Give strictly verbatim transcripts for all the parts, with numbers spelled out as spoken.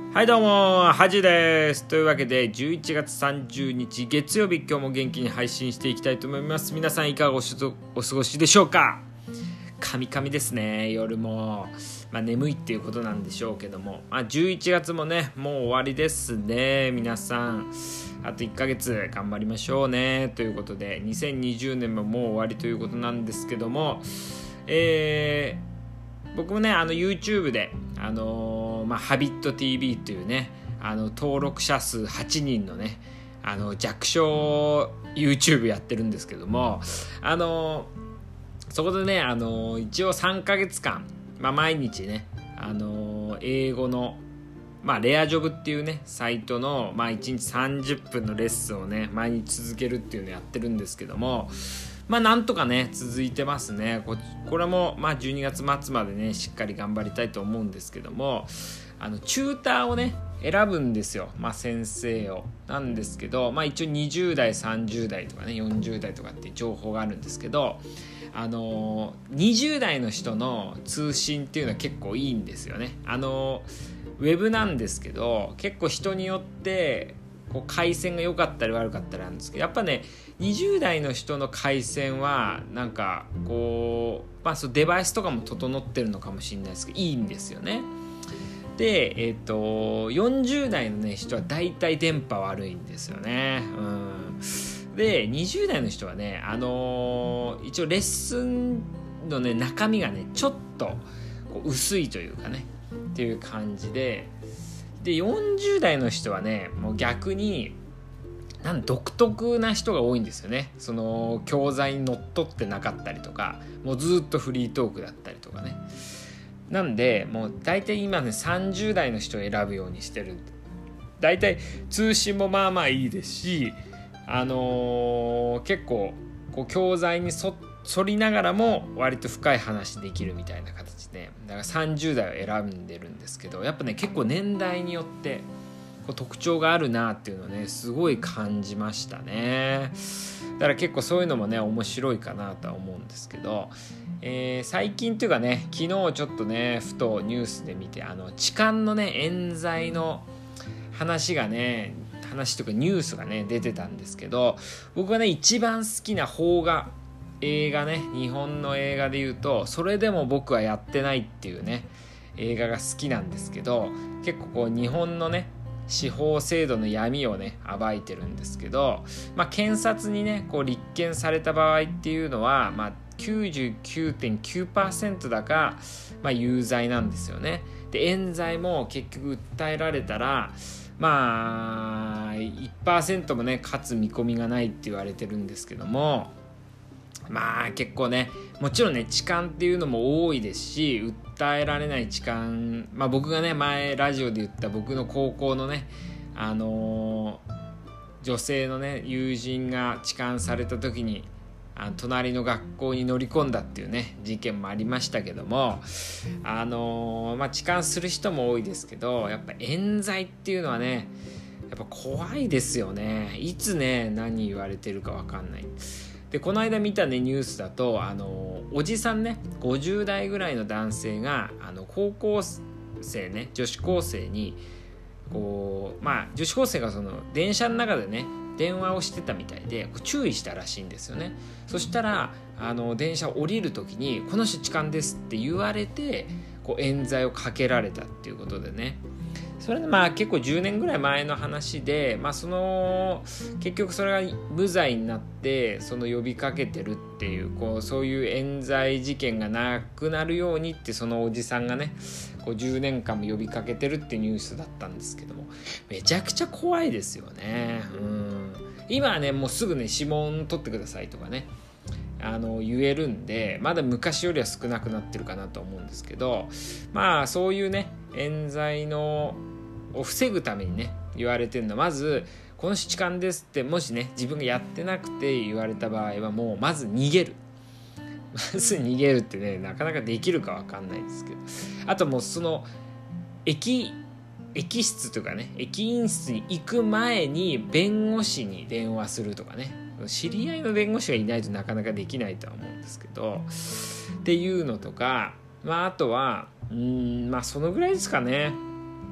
はいどうもはじです。というわけでじゅういちがつさんじゅうにち月曜日、今日も元気に配信していきたいと思います。皆さんいかがお過ごしでしょうか。カミカミですね。夜も、まあ、眠いっていうことなんでしょうけども、まあ、じゅういちがつもねもう終わりですね。皆さんあといっかげつ頑張りましょうねということで、にせんにじゅうねんももう終わりということなんですけども、えー僕もねあの YouTube であのー、まあハビット ティーブイ というねあの登録者数はちにんのねあの弱小 YouTube やってるんですけども、あのー、そこでねあのー、一応さんかげつかん、まあ、毎日ねあの英語のまあレアジョブっていうねサイトのまあいちにちさんじゅっぷんのレッスンをね毎日続けるっていうのをやってるんですけども、まあなんとかね続いてますね。 こ, これもまあじゅうにがつ末までねしっかり頑張りたいと思うんですけども、あのチューターをね選ぶんですよ。まあ先生をなんですけど、まあ一応にじゅうだいさんじゅうだいとかねよんじゅうだいとかっていう情報があるんですけど、あのにじゅうだいの人の通信っていうのは結構いいんですよね。あのウェブなんですけど結構人によってこう回線が良かったり悪かったりなんですけど、やっぱねにじゅうだいの人の回線はなんかこう、まあ、そうデバイスとかも整ってるのかもしれないですけどいいんですよね。で、えーと、よんじゅうだいの、ね、人はだいたい電波悪いんですよね。うんでにじゅうだいの人はね、あのー、一応レッスンの、ね、中身がねちょっとこう薄いというかねっていう感じで、でよんじゅうだいの人はねもう逆になん独特な人が多いんですよね。その教材にのっとってなかったりとか、もうずっとフリートークだったりとかね。なんでもう大体今ねさんじゅうだいの人を選ぶようにしてる。大体通信もまあまあいいですし、あのー、結構こう教材に沿反りながらも割と深い話できるみたいな形で、だからさんじゅうだいを選んでるんですけど、やっぱね結構年代によってこう特徴があるなっていうのをねすごい感じましたね。だから結構そういうのもね面白いかなとは思うんですけど、えー、最近っていうかね昨日ちょっとねふとニュースで見て、あの痴漢のね冤罪の話がね話とかニュースがね出てたんですけど、僕がね一番好きな邦画映画ね日本の映画で言うとそれでも僕はやってないっていうね映画が好きなんですけど、結構こう日本のね司法制度の闇をね暴いてるんですけど、まあ、検察にねこう立件された場合っていうのは、まあ、きゅうじゅうきゅうてんきゅうパーセント だか、まあ、有罪なんですよね。で冤罪も結局訴えられたらまあ いちパーセント もね勝つ見込みがないって言われてるんですけども、まあ結構ねもちろんね痴漢っていうのも多いですし、訴えられない痴漢、まあ僕がね前ラジオで言った僕の高校のねあのー、女性のね友人が痴漢された時にあの隣の学校に乗り込んだっていうね事件もありましたけども、あのー、まあ痴漢する人も多いですけど、やっぱ冤罪っていうのはねやっぱ怖いですよね。いつね何言われてるか分かんない。でこの間見た、ね、ニュースだとあのおじさんねごじゅうだいぐらいの男性があの高校生ね女子高生にこうまあ女子高生がその電車の中でね電話をしてたみたいで注意したらしいんですよね。そしたらあの電車を降りる時にこの人痴漢ですって言われてこう冤罪をかけられたっていうことでね、それでまあ結構じゅうねんぐらい前の話で、まあ、その結局それが無罪になってその呼びかけてるっていう、こうそういう冤罪事件がなくなるようにってそのおじさんがねこうじゅうねんかんも呼びかけてるってニュースだったんですけども、めちゃくちゃ怖いですよね。うん今はねもうすぐね指紋取ってくださいとかねあの言えるんで、まだ昔よりは少なくなってるかなと思うんですけど、まあそういうね冤罪のを防ぐためにね言われてるのは、まずこの痴漢ですってもしね自分がやってなくて言われた場合はもうまず逃げるまず逃げるってねなかなかできるか分かんないですけど、あともうその駅駅室というかね駅員室に行く前に弁護士に電話するとかね、知り合いの弁護士がいないとなかなかできないとは思うんですけどっていうのとか、まああとはうーんまあそのぐらいですかね。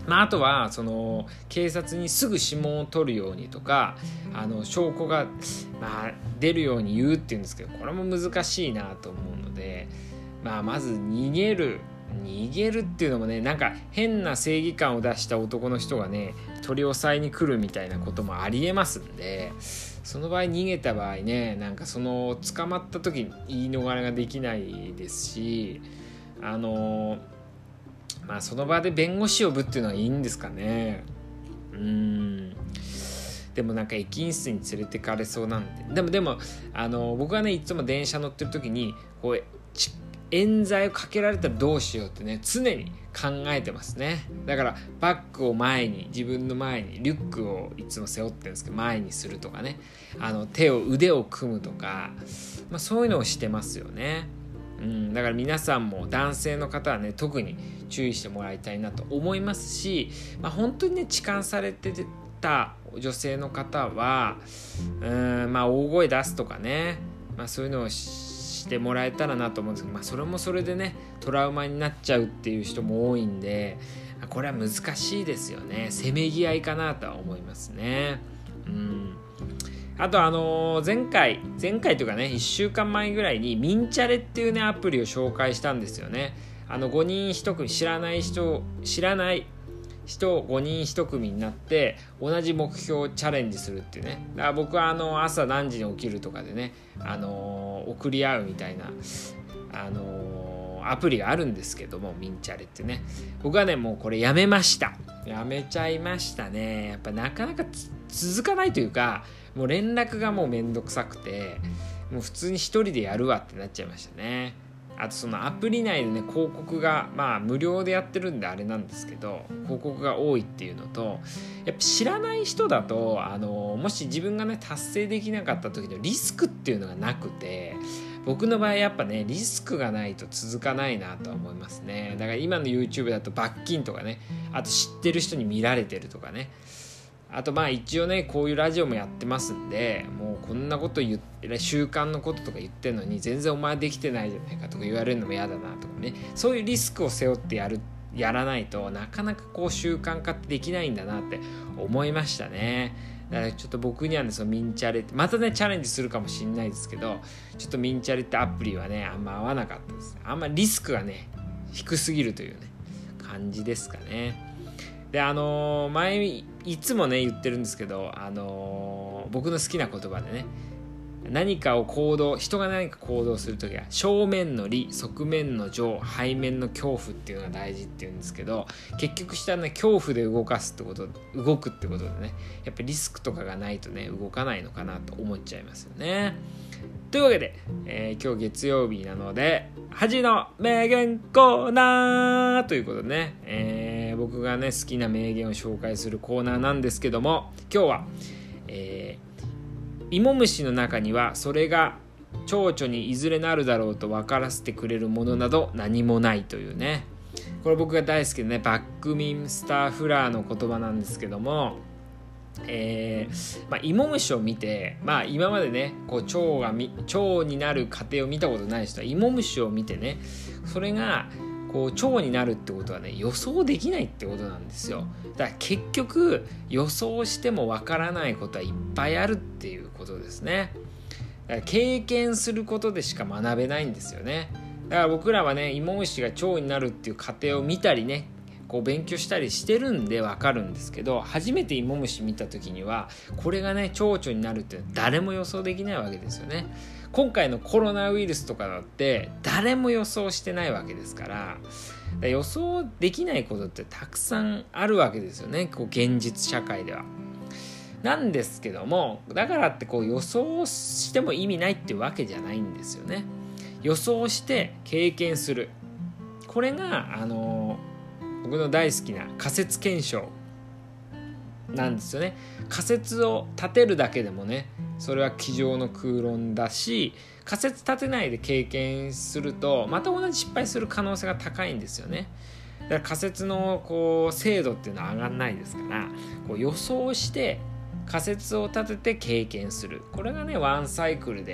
まあ、あとはその警察にすぐ指紋を取るようにとか、あの証拠が、まあ、出るように言うっていうんですけど、これも難しいなと思うので、まあ、まず逃げる逃げるっていうのもね、なんか変な正義感を出した男の人がね取り押さえに来るみたいなこともありえますんで、その場合逃げた場合ね、なんかその捕まった時に言い逃れができないですし、あのまあその場で弁護士呼ぶっていうのはいいんですかね。うーんでもなんか駅員室に連れてかれそうなんで、でもでもあの僕はねいつも電車乗ってる時にこう冤罪をかけられたらどうしようってね常に考えてますね。だからバッグを前に、自分の前にリュックをいつも背負ってるんですけど前にするとかね、あの手を腕を組むとか、まあ、そういうのをしてますよね。うん、だから皆さんも男性の方はね特に注意してもらいたいなと思いますし、まあ、本当にね痴漢されてた女性の方はうーん、まあ、大声出すとかね、まあ、そういうのをしてもらえたらなと思うんですけど、まあ、それもそれでねトラウマになっちゃうっていう人も多いんで、これは難しいですよね。せめぎ合いかなとは思いますね。うんあとあのー、前回前回というかねいっしゅうかんまえぐらいにミンチャレっていうねアプリを紹介したんですよね。あのごにんひと組、知らない人知らない人ごにんひと組になって同じ目標をチャレンジするっていうね。だから僕はあの朝何時に起きるとかでね、あのー、送り合うみたいなあのー、アプリがあるんですけども、ミンチャレってね、僕はねもうこれやめましたやめちゃいましたね。やっぱなかなか続かないというか、もう連絡がもうめんどくさくて、もう普通に一人でやるわってなっちゃいましたね。あとそのアプリ内でね広告がまあ無料でやってるんであれなんですけど、広告が多いっていうのと、やっぱ知らない人だとあのもし自分がね達成できなかった時のリスクっていうのがなくて、僕の場合やっぱねリスクがないと続かないなとは思いますね。だから今の YouTube だと罰金とかね、あと知ってる人に見られてるとかね、あとまあ一応ねこういうラジオもやってますんで、もうこんなこと言って習慣のこととか言ってるのに全然お前できてないじゃないかとか言われるのも嫌だなとかね、そういうリスクを背負ってやるやらないとなかなかこう習慣化ってできないんだなって思いましたね。だからちょっと僕にはねそのミンチャレってまたねチャレンジするかもしれないですけど、ちょっとミンチャレってアプリはねあんま合わなかったです。あんまリスクがね低すぎるというね感じですかね。であのー、前いつもね言ってるんですけど、あのー、僕の好きな言葉でね、何かを行動人が何か行動するときは正面の理、側面の情、背面の恐怖っていうのが大事っていうんですけど、結局したらね恐怖で動かすってこと動くってことでね、やっぱりリスクとかがないとね動かないのかなと思っちゃいますよね。というわけで、えー、今日月曜日なのではじの名言コーナーということでね、えー、僕がね好きな名言を紹介するコーナーなんですけども、今日は、えー、芋虫の中にはそれが蝶々にいずれなるだろうと分からせてくれるものなど何もないというね、これ僕が大好きでねバックミンスターフラーの言葉なんですけども、えーまあ、芋虫を見て、まあ、今までねこう蝶が蝶になる過程を見たことない人は芋虫を見てね、それがこう蝶になるってことはね予想できないってことなんですよ。だから結局予想してもわからないことはいっぱいあるっていうことですね。だから経験することでしか学べないんですよね。だから僕らはね芋虫が蝶になるっていう過程を見たりねこう勉強したりしてるんで分かるんですけど、初めて芋虫見た時にはこれがね蝶々になるって誰も予想できないわけですよね。今回のコロナウイルスとかだって誰も予想してないわけですから、だから予想できないことってたくさんあるわけですよね、こう現実社会では。なんですけども、だからってこう予想しても意味ないっていうわけじゃないんですよね。予想して経験する、これがあの僕の大好きな仮説検証なんですよね。仮説を立てるだけでもねそれは机上の空論だし、仮説立てないで経験するとまた同じ失敗する可能性が高いんですよね。だから仮説のこう精度っていうのは上がらないですから、こう予想して仮説を立てて経験する、これがねワンサイクルで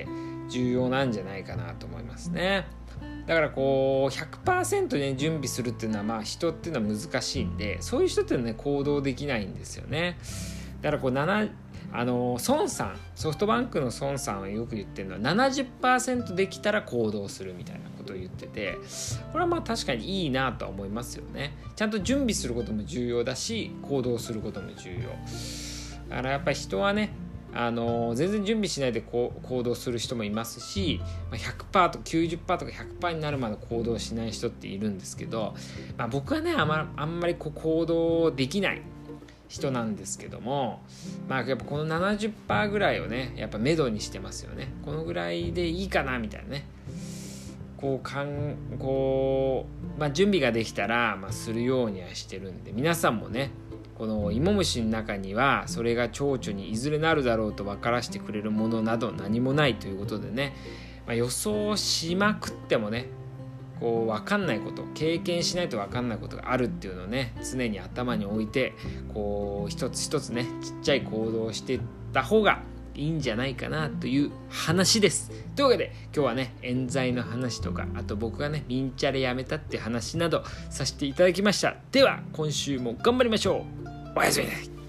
重要なんじゃないかなと思いますね。だからこう ひゃくパーセント ね準備するっていうのはまあ人っていうのは難しいんで、そういう人っていうのはね行動できないんですよね。だからこうななあの孫さんソフトバンクの孫さんはよく言ってるのは ななじゅっパーセント できたら行動するみたいなことを言ってて、これはまあ確かにいいなとは思いますよね。ちゃんと準備することも重要だし行動することも重要だから、やっぱり人はねあの全然準備しないでこう行動する人もいますし、 ひゃくパーセント とか きゅうじゅっパーセント とか ひゃくパーセント になるまで行動しない人っているんですけど、まあ、僕はねあんま、あんまりこう行動できない人なんですけども、まあやっぱこの ななじゅっパーセント ぐらいをねやっぱ目処にしてますよね。このぐらいでいいかなみたいなね、こうかんこう、まあ、準備ができたら、まあ、するようにはしてるんで、皆さんもねこの芋虫の中にはそれが蝶々にいずれなるだろうと分からせてくれるものなど何もないということでね、まあ、予想しまくってもねこう分かんないこと、経験しないと分かんないことがあるっていうのをね常に頭に置いて、こう一つ一つねちっちゃい行動をしていった方がいいんじゃないかなという話です。というわけで今日はね冤罪の話とか、あと僕がねリンチャレやめたっていう話などさせていただきました。では今週も頑張りましょう。おやすみなさい。